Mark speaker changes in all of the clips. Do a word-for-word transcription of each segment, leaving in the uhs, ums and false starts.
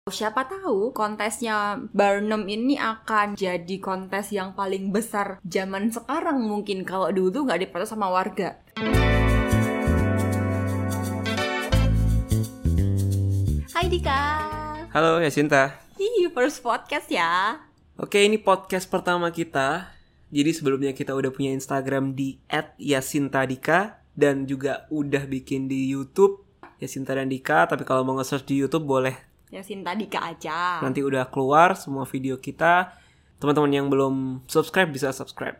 Speaker 1: Siapa tahu kontesnya Barnum ini akan jadi kontes yang paling besar zaman sekarang mungkin kalau dulu nggak diprotes sama warga. Hai Dika.
Speaker 2: Halo Yasinta.
Speaker 1: Hi, first podcast ya.
Speaker 2: Oke, ini podcast pertama kita. Jadi sebelumnya kita udah punya Instagram di et yasintadika dan juga udah bikin di YouTube Yasinta dan Dika. Tapi kalau mau nge-search di YouTube boleh
Speaker 1: Yasinta Dika aja.
Speaker 2: Nanti udah keluar semua video kita. Teman-teman yang belum subscribe bisa subscribe.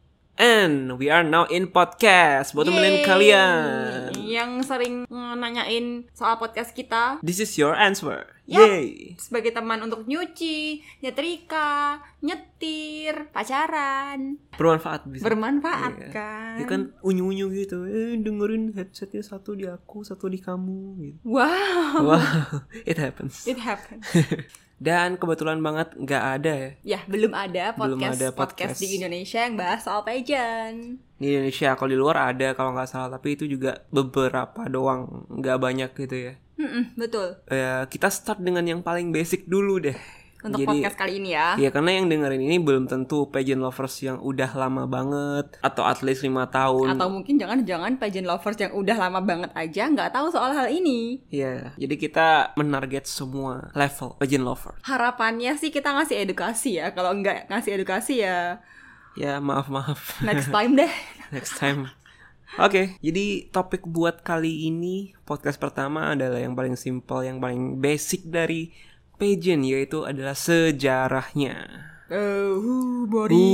Speaker 2: And we are now in podcast buat temenin kalian
Speaker 1: yang sering nanyain soal podcast kita.
Speaker 2: This is your answer.
Speaker 1: Yep.
Speaker 2: Yay.
Speaker 1: Sebagai teman untuk nyuci, nyetrika, nyetir, pacaran.
Speaker 2: Bermanfaat bisa.
Speaker 1: Bermanfaat
Speaker 2: yeah.
Speaker 1: kan.
Speaker 2: Ya kan unyu-unyu gitu. Eh dengerin headsetnya satu di aku, satu di kamu gitu.
Speaker 1: Wow.
Speaker 2: Wow. It happens.
Speaker 1: It happens.
Speaker 2: Dan kebetulan banget nggak ada ya.
Speaker 1: Ya, belum ada podcast,
Speaker 2: belum ada podcast.
Speaker 1: podcast di Indonesia yang bahas soal pageant.
Speaker 2: Di Indonesia, kalau di luar ada kalau nggak salah. Tapi itu juga beberapa doang, nggak banyak gitu ya.
Speaker 1: Mm-mm, betul.
Speaker 2: Ya, kita start dengan yang paling basic dulu deh.
Speaker 1: Untuk
Speaker 2: Jadi,
Speaker 1: podcast kali ini ya.
Speaker 2: Iya, karena yang dengerin ini belum tentu pageant lovers yang udah lama banget. Atau at least lima tahun.
Speaker 1: Atau mungkin jangan-jangan pageant lovers yang udah lama banget aja nggak tahu soal hal ini.
Speaker 2: Iya, jadi kita menarget semua level pageant lover.
Speaker 1: Harapannya sih kita ngasih edukasi ya. Kalau nggak ngasih edukasi ya
Speaker 2: Ya maaf-maaf.
Speaker 1: next time deh.
Speaker 2: Next time. Oke, okay, jadi topik buat kali ini podcast pertama adalah yang paling simple, yang paling basic dari pageant, yaitu adalah sejarahnya.
Speaker 1: Uh,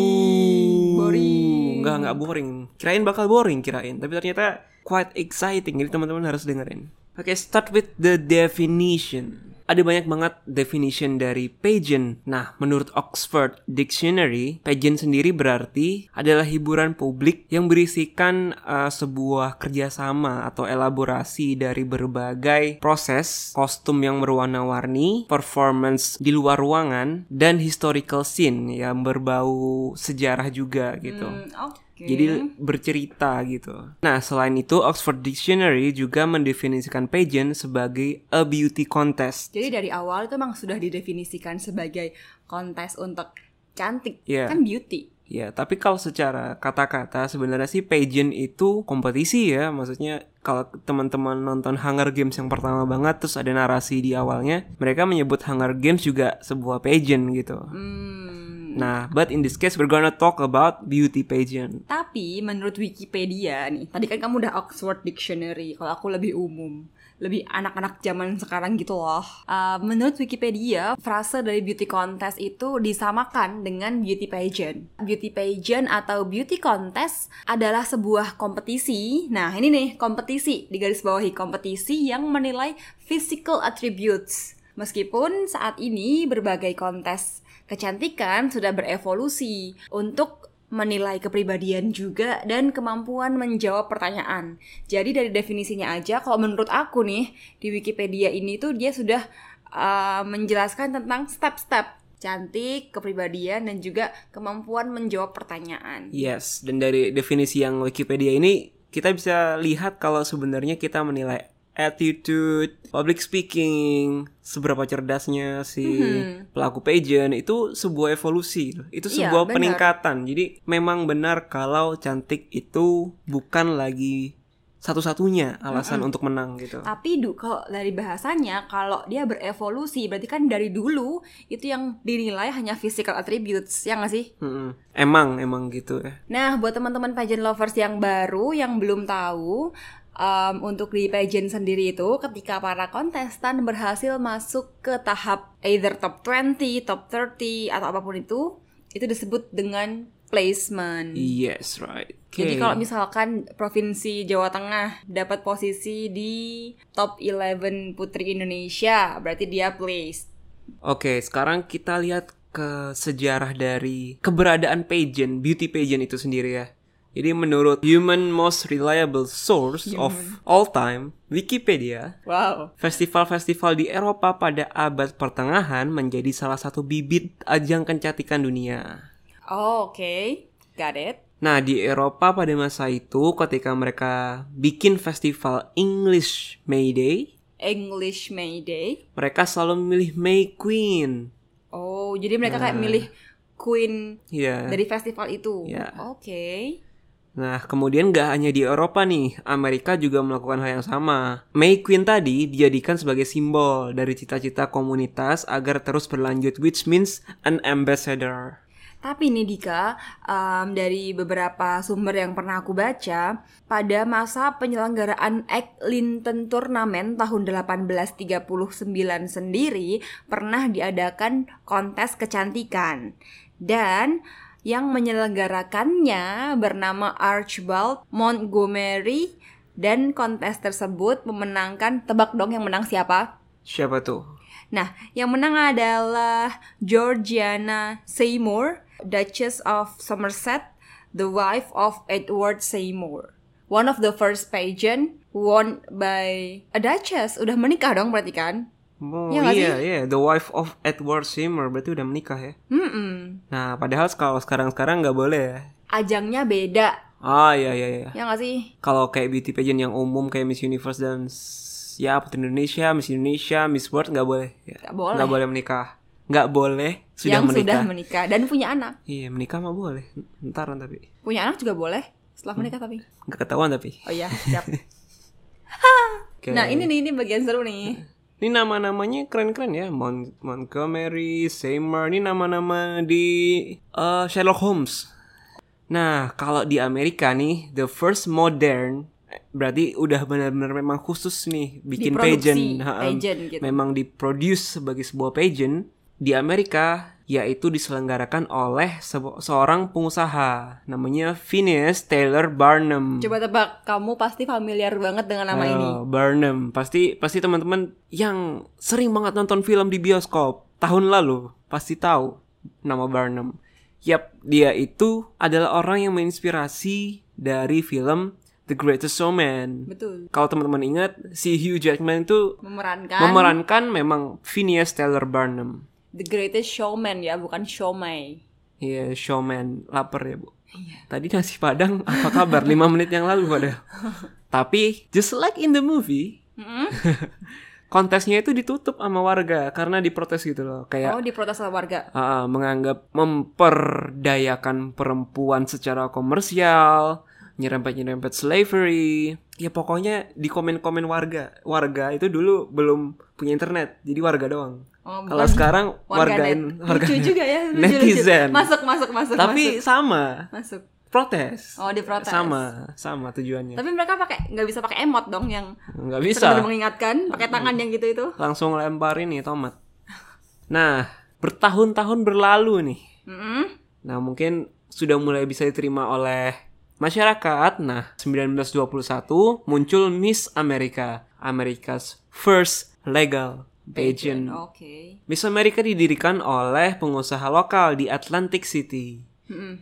Speaker 1: boring,
Speaker 2: uh,
Speaker 1: boring.
Speaker 2: Enggak, enggak boring. Kirain bakal boring, kirain. Tapi ternyata quite exciting, jadi teman-teman harus dengerin. Oke, okay, start with the definition. Ada banyak banget definition dari pageant. Nah, menurut Oxford Dictionary, pageant sendiri berarti adalah hiburan publik yang berisikan uh, sebuah kerjasama atau elaborasi dari berbagai proses, kostum yang berwarna-warni, performance di luar ruangan, dan historical scene yang berbau sejarah juga gitu.
Speaker 1: Hmm, okay.
Speaker 2: Jadi bercerita gitu. Nah, selain itu Oxford Dictionary juga mendefinisikan pageant sebagai a beauty contest.
Speaker 1: Jadi dari awal itu memang sudah didefinisikan sebagai kontes untuk cantik,
Speaker 2: yeah.
Speaker 1: kan beauty.
Speaker 2: Ya, tapi kalau secara kata-kata sebenarnya sih pageant itu kompetisi ya. Maksudnya kalau teman-teman nonton Hunger Games yang pertama banget terus ada narasi di awalnya, mereka menyebut Hunger Games juga sebuah pageant gitu.
Speaker 1: Hmm.
Speaker 2: Nah, but in this case we're gonna talk about beauty pageant.
Speaker 1: Tapi menurut Wikipedia nih, tadi kan kamu udah Oxford Dictionary, kalau aku lebih umum, lebih anak-anak zaman sekarang gitu loh. Uh, menurut Wikipedia, frase dari beauty contest itu disamakan dengan beauty pageant. Beauty pageant atau beauty contest adalah sebuah kompetisi. Nah, ini nih kompetisi, di garis bawahi kompetisi yang menilai physical attributes. Meskipun saat ini berbagai kontes kecantikan sudah berevolusi untuk menilai kepribadian juga dan kemampuan menjawab pertanyaan. Jadi dari definisinya aja, kalau menurut aku nih, di Wikipedia ini tuh dia sudah uh, menjelaskan tentang step-step cantik, kepribadian, dan juga kemampuan menjawab pertanyaan.
Speaker 2: Yes, dan dari definisi yang Wikipedia ini, kita bisa lihat kalau sebenarnya kita menilai attitude, public speaking, seberapa cerdasnya si mm-hmm. pelaku pageant, itu sebuah evolusi, itu sebuah iya, peningkatan. Jadi memang benar kalau cantik itu bukan lagi satu-satunya alasan mm-hmm. untuk menang gitu.
Speaker 1: Tapi du, kalau dari bahasanya, kalau dia berevolusi, berarti kan dari dulu itu yang dinilai hanya physical attributes, ya nggak sih?
Speaker 2: Mm-hmm. Emang, emang gitu ya.
Speaker 1: Nah, buat teman-teman pageant lovers yang baru, yang belum tahu, Um, untuk di pageant sendiri itu ketika para kontestan berhasil masuk ke tahap either top dua puluh, top tiga puluh atau apapun itu, itu disebut dengan placement.
Speaker 2: Yes, right. Okay.
Speaker 1: Jadi kalau misalkan Provinsi Jawa Tengah dapat posisi di top eleven putri Indonesia, berarti dia placed.
Speaker 2: Oke, okay, sekarang kita lihat ke sejarah dari keberadaan pageant, beauty pageant itu sendiri ya. Jadi menurut Human Most Reliable Source Human. of All Time, Wikipedia,
Speaker 1: wow.
Speaker 2: festival-festival di Eropa pada abad pertengahan menjadi salah satu bibit ajang kecantikan dunia.
Speaker 1: Oh, oke. Okay. Got it.
Speaker 2: Nah, di Eropa pada masa itu ketika mereka bikin festival English May Day,
Speaker 1: English May Day.
Speaker 2: Mereka selalu memilih May Queen.
Speaker 1: Oh, jadi mereka
Speaker 2: Nah.
Speaker 1: kayak milih Queen
Speaker 2: Iya.
Speaker 1: dari festival itu.
Speaker 2: Iya.
Speaker 1: Oke.
Speaker 2: Nah, kemudian gak hanya di Eropa nih, Amerika juga melakukan hal yang sama. May Queen tadi dijadikan sebagai simbol dari cita-cita komunitas agar terus berlanjut, which means an ambassador.
Speaker 1: Tapi nih Dika, um, dari beberapa sumber yang pernah aku baca, pada masa penyelenggaraan Eglinton Tournament tahun delapan belas tiga puluh sembilan sendiri pernah diadakan kontes kecantikan. Dan yang menyelenggarakannya bernama Archibald Montgomery, dan kontes tersebut memenangkan, tebak dong yang menang siapa?
Speaker 2: Siapa tuh?
Speaker 1: Nah, yang menang adalah Georgiana Seymour, Duchess of Somerset, the wife of Edward Seymour. One of the first pageant won by a duchess. Udah menikah dong berarti kan?
Speaker 2: Oh
Speaker 1: Iya nggak
Speaker 2: iya,
Speaker 1: sih?
Speaker 2: iya, the wife of Edward Seymour, berarti udah menikah ya.
Speaker 1: Mm-mm.
Speaker 2: Nah, padahal kalau sekarang-sekarang nggak boleh ya.
Speaker 1: Ajangnya beda,
Speaker 2: Ah iya iya iya.
Speaker 1: ya nggak sih?
Speaker 2: Kalau kayak beauty pageant yang umum kayak Miss Universe dan s- ya Putri Indonesia, Miss Indonesia, Miss World nggak boleh. Ya.
Speaker 1: Nggak boleh.
Speaker 2: Nggak boleh menikah. Nggak boleh sudah
Speaker 1: Yang
Speaker 2: menikah.
Speaker 1: sudah menikah dan punya anak.
Speaker 2: Iya menikah mah boleh. Ntaran tapi
Speaker 1: Punya anak juga boleh setelah menikah tapi.
Speaker 2: nggak ketahuan tapi.
Speaker 1: Oh iya, siap.
Speaker 2: Oke.
Speaker 1: Nah, ini nih ini bagian seru nih.
Speaker 2: Ini nama-namanya keren-keren ya. Mont- Montgomery, Seymour, ini nama-nama di eh, Sherlock Holmes. Nah, kalau di Amerika nih, the first modern eh, berarti udah benar-benar memang khusus nih bikin
Speaker 1: Diproduksi,
Speaker 2: pageant, Ha-ha.
Speaker 1: pageant gitu.
Speaker 2: Memang diproduce sebagai sebuah pageant di Amerika, yaitu diselenggarakan oleh sebu- seorang pengusaha namanya Phineas Taylor Barnum.
Speaker 1: Coba tebak, kamu pasti familiar banget dengan nama ini.
Speaker 2: Oh, Barnum. Pasti pasti teman-teman yang sering banget nonton film di bioskop tahun lalu pasti tahu nama Barnum. Yap, dia itu adalah orang yang menginspirasi dari film The Greatest Showman.
Speaker 1: Betul.
Speaker 2: Kalau teman-teman ingat, si Hugh Jackman itu
Speaker 1: Memerankan
Speaker 2: memerankan memang Phineas Taylor Barnum.
Speaker 1: The Greatest Showman ya, bukan Showmai.
Speaker 2: Iya, showman. Lapar ya, Bu. Tadi nasi Padang apa kabar? lima menit yang lalu padahal. Tapi just like in the movie, kontesnya itu ditutup sama warga karena diprotes gitu loh. Kayak
Speaker 1: Oh, diprotes oleh warga.
Speaker 2: uh, menganggap memperdayakan perempuan secara komersial, nyerempet-nyerempet slavery. Ya pokoknya di komen-komen warga. Warga itu dulu belum punya internet, jadi warga doang.
Speaker 1: Oh,
Speaker 2: Kalau
Speaker 1: bukan
Speaker 2: sekarang
Speaker 1: warganet.
Speaker 2: warga
Speaker 1: Lucu juga ya, lucu,
Speaker 2: netizen.
Speaker 1: lucu. Masuk, masuk, masuk.
Speaker 2: Tapi
Speaker 1: masuk.
Speaker 2: sama,
Speaker 1: masuk.
Speaker 2: protes.
Speaker 1: Oh, diprotes.
Speaker 2: Sama, sama tujuannya.
Speaker 1: Tapi mereka pakai nggak bisa pakai emot dong yang
Speaker 2: Nggak bisa.
Speaker 1: benar-benar mengingatkan, pakai tangan yang gitu itu.
Speaker 2: Langsung lempar ini tomat. Nah, bertahun-tahun berlalu nih.
Speaker 1: Mm-mm.
Speaker 2: Nah, mungkin sudah mulai bisa diterima oleh masyarakat. Nah, sembilan belas dua puluh satu muncul Miss America, America's first legal pageant.
Speaker 1: Oke.
Speaker 2: Miss America didirikan oleh pengusaha lokal di Atlantic City.
Speaker 1: Mm-mm.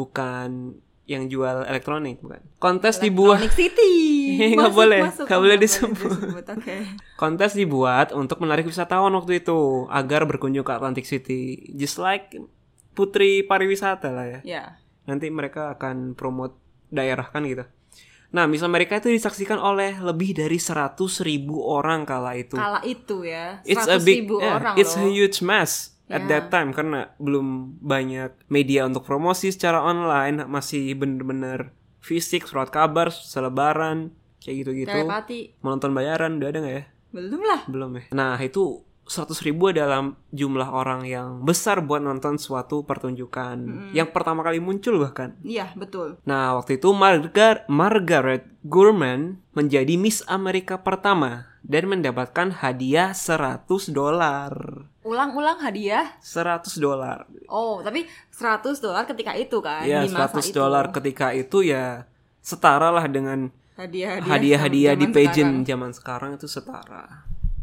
Speaker 2: Bukan yang jual elektronik, bukan. Kontes dibuat
Speaker 1: Electronic City.
Speaker 2: Nggak
Speaker 1: Masuk,
Speaker 2: boleh,
Speaker 1: masuk.
Speaker 2: nggak
Speaker 1: Oh,
Speaker 2: boleh
Speaker 1: nggak
Speaker 2: disebut.
Speaker 1: Oke.
Speaker 2: Kontes dibuat untuk menarik wisatawan waktu itu agar berkunjung ke Atlantic City. Just like Putri Pariwisata lah ya.
Speaker 1: Ya.
Speaker 2: Nanti mereka akan promote daerah kan gitu. Nah, Miss America itu disaksikan oleh lebih dari seratus ribu orang kala itu.
Speaker 1: Kala itu ya.
Speaker 2: It's a
Speaker 1: seratus
Speaker 2: big,
Speaker 1: ribu
Speaker 2: yeah,
Speaker 1: orang
Speaker 2: it's
Speaker 1: loh.
Speaker 2: a huge mess at
Speaker 1: Ya.
Speaker 2: that time karena belum banyak media untuk promosi secara online, masih bener-bener fisik, surat kabar, selebaran, kayak gitu-gitu.
Speaker 1: Telepati.
Speaker 2: Menonton bayaran udah ada nggak ya?
Speaker 1: Belum lah.
Speaker 2: Belum ya. Nah, itu seratus ribu adalah jumlah orang yang besar buat nonton suatu pertunjukan. Mm-hmm. Yang pertama kali muncul bahkan.
Speaker 1: Iya, betul.
Speaker 2: Nah, waktu itu Margar- Margaret Gorman menjadi Miss Amerika pertama dan mendapatkan hadiah seratus dolar.
Speaker 1: Ulang-ulang hadiah.
Speaker 2: seratus dolar.
Speaker 1: Oh, tapi seratus dolar ketika itu kan.
Speaker 2: Ya,
Speaker 1: di masa
Speaker 2: seratus
Speaker 1: itu.
Speaker 2: dolar ketika itu ya setara lah dengan
Speaker 1: Hadiah-hadiah.
Speaker 2: hadiah-hadiah di
Speaker 1: zaman
Speaker 2: pageant
Speaker 1: sekarang.
Speaker 2: zaman sekarang itu setara.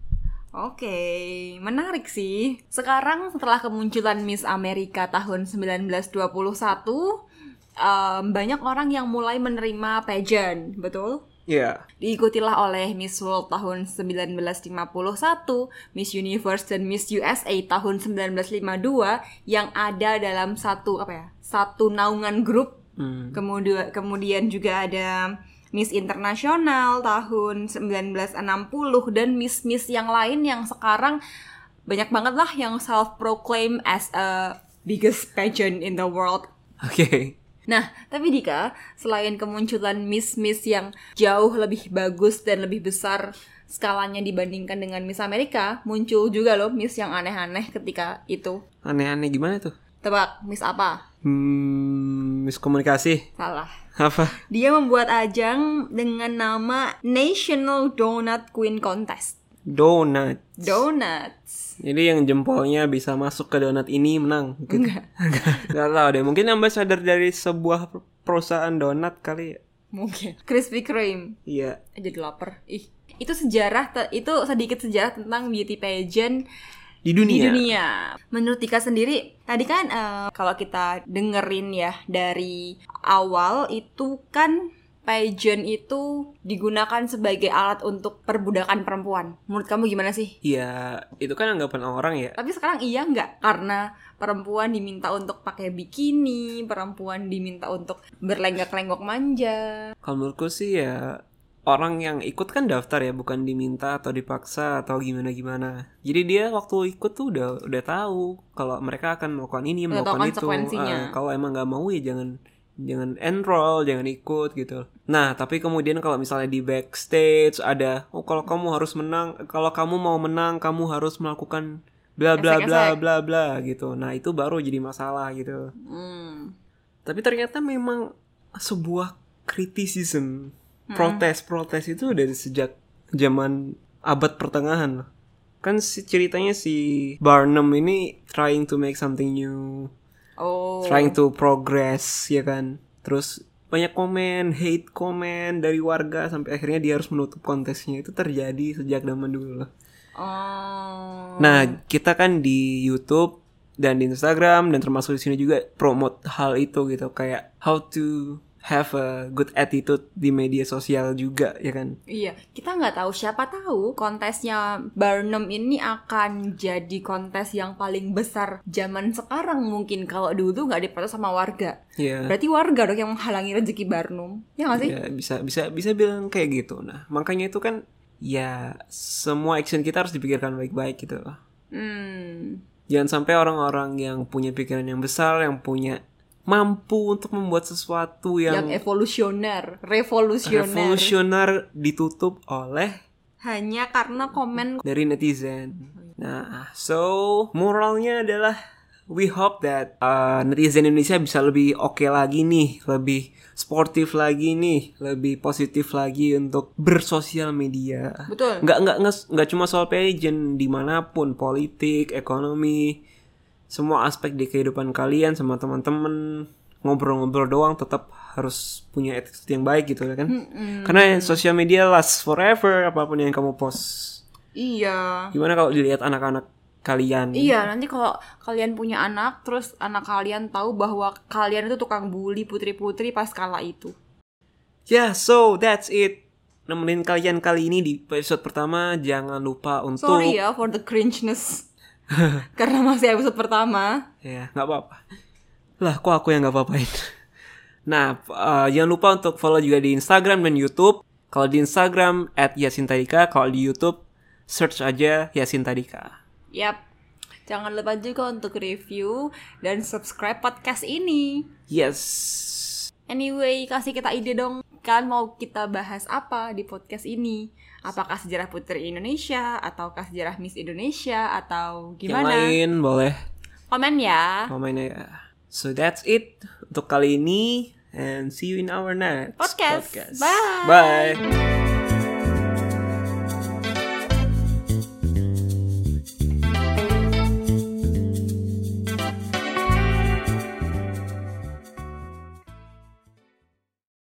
Speaker 1: Oke, menarik sih. Sekarang setelah kemunculan Miss Amerika tahun sembilan belas dua puluh satu, um, banyak orang yang mulai menerima pageant, betul?
Speaker 2: Iya.
Speaker 1: Diikutilah oleh Miss World tahun sembilan belas lima puluh satu, Miss Universe dan Miss U S A tahun sembilan belas lima puluh dua yang ada dalam satu apa ya? Satu naungan grup.
Speaker 2: Hmm.
Speaker 1: Kemudian kemudian juga ada Miss Internasional tahun sembilan belas enam puluh dan Miss-Miss yang lain yang sekarang banyak banget lah yang self-proclaim as a biggest pageant in the world.
Speaker 2: Oke. Okay.
Speaker 1: Nah, tapi Dika, selain kemunculan Miss-Miss yang jauh lebih bagus dan lebih besar skalanya dibandingkan dengan Miss Amerika, muncul juga loh Miss yang aneh-aneh ketika itu.
Speaker 2: Aneh-aneh gimana tuh?
Speaker 1: Tebak, Miss apa?
Speaker 2: Hmm, Miss Komunikasi.
Speaker 1: Salah.
Speaker 2: Apa?
Speaker 1: Dia membuat ajang dengan nama National Donut Queen Contest.
Speaker 2: Donut.
Speaker 1: Donuts.
Speaker 2: Jadi yang jempolnya bisa masuk ke donat ini menang. Gitu.
Speaker 1: Enggak.
Speaker 2: Enggak tahu deh. Mungkin ambassador dari sebuah perusahaan donat kali ya.
Speaker 1: Mungkin. Krispy Kreme.
Speaker 2: Iya.
Speaker 1: Jadi lapar. Ih, itu sejarah te- itu sedikit sejarah tentang beauty pageant
Speaker 2: di dunia.
Speaker 1: Di dunia. Menurut Dika sendiri, tadi kan uh, kalau kita dengerin ya dari awal itu kan pageant itu digunakan sebagai alat untuk perbudakan perempuan. Menurut kamu gimana sih?
Speaker 2: Iya, itu kan anggapan orang ya.
Speaker 1: Tapi sekarang iya nggak? Karena perempuan diminta untuk pakai bikini, perempuan diminta untuk berlenggak-lenggok manja.
Speaker 2: Kalau menurutku sih ya orang yang ikut kan daftar ya, bukan diminta atau dipaksa atau gimana-gimana. Jadi dia waktu ikut tuh udah udah tahu kalau mereka akan melakukan ini,
Speaker 1: udah
Speaker 2: melakukan itu.
Speaker 1: Uh,
Speaker 2: kalau emang nggak mau ya jangan jangan enroll, jangan ikut gitu. Nah, tapi kemudian kalau misalnya di backstage ada, oh kalau kamu harus menang, kalau kamu mau menang, kamu harus melakukan bla bla bla bla bla gitu. Nah, itu baru jadi masalah gitu.
Speaker 1: Hmm.
Speaker 2: Tapi ternyata memang sebuah criticism, hmm. protes-protes itu dari sejak zaman abad pertengahan loh. Kan si, ceritanya si Barnum ini trying to make something new.
Speaker 1: Oh.
Speaker 2: Trying to progress, ya kan. Terus banyak komen, hate komen dari warga sampai akhirnya dia harus menutup kontesnya. Itu terjadi sejak zaman dulu loh.
Speaker 1: Oh.
Speaker 2: Nah, kita kan di YouTube dan di Instagram dan termasuk di sini juga promote hal itu gitu, kayak how to have a good attitude di media sosial juga, ya kan?
Speaker 1: Iya, kita nggak tahu, siapa tahu kontesnya Barnum ini akan jadi kontes yang paling besar zaman sekarang mungkin kalau dulu nggak diprotes sama warga.
Speaker 2: Iya.
Speaker 1: Berarti warga dong yang menghalangi rezeki Barnum, ya nggak sih?
Speaker 2: Iya, bisa bisa bisa bilang kayak gitu. Nah, makanya itu kan ya semua action kita harus dipikirkan baik-baik gitu loh.
Speaker 1: Hmm.
Speaker 2: Jangan sampai orang-orang yang punya pikiran yang besar, yang punya mampu untuk membuat sesuatu yang,
Speaker 1: yang evolusioner, revolusioner,
Speaker 2: revolusioner ditutup oleh
Speaker 1: hanya karena komen
Speaker 2: dari netizen. Nah, so moralnya adalah we hope that uh, netizen Indonesia bisa lebih oke okay lagi nih, lebih sportif lagi nih, lebih positif lagi untuk bersosial media.
Speaker 1: Betul.
Speaker 2: Nggak nggak nggak nggak cuma soal pageant, dimanapun, politik, ekonomi. Semua aspek di kehidupan kalian sama teman-teman, ngobrol-ngobrol doang tetap harus punya attitude yang baik gitu ya kan. Mm-mm. Karena sosial media lasts forever, apapun yang kamu post.
Speaker 1: Iya.
Speaker 2: Gimana kalau dilihat anak-anak kalian?
Speaker 1: Iya, nanti kalau kalian punya anak, terus anak kalian tahu bahwa kalian itu tukang bully putri-putri pas kala itu.
Speaker 2: Yeah, so that's it. Nemenin kalian kali ini di episode pertama. Jangan lupa untuk
Speaker 1: Sorry ya for the cringeness. Karena masih episode pertama.
Speaker 2: Ya, gak apa-apa. Lah, kok aku yang gak apa-apain. Nah, uh, jangan lupa untuk follow juga di Instagram dan YouTube. Kalau di Instagram at Yasintadika, kalau di YouTube search aja Yasintadika.
Speaker 1: Yap. Jangan lupa juga untuk review dan subscribe podcast ini.
Speaker 2: Yes.
Speaker 1: Anyway, kasih kita ide dong. Kalian mau kita bahas apa di podcast ini? Apakah sejarah putri Indonesia, ataukah sejarah Miss Indonesia, atau gimana?
Speaker 2: Yang lain boleh
Speaker 1: komen ya.
Speaker 2: Komen ya. So that's it untuk kali ini, and see you in our next
Speaker 1: podcast.
Speaker 2: podcast.
Speaker 1: Bye.
Speaker 2: Bye.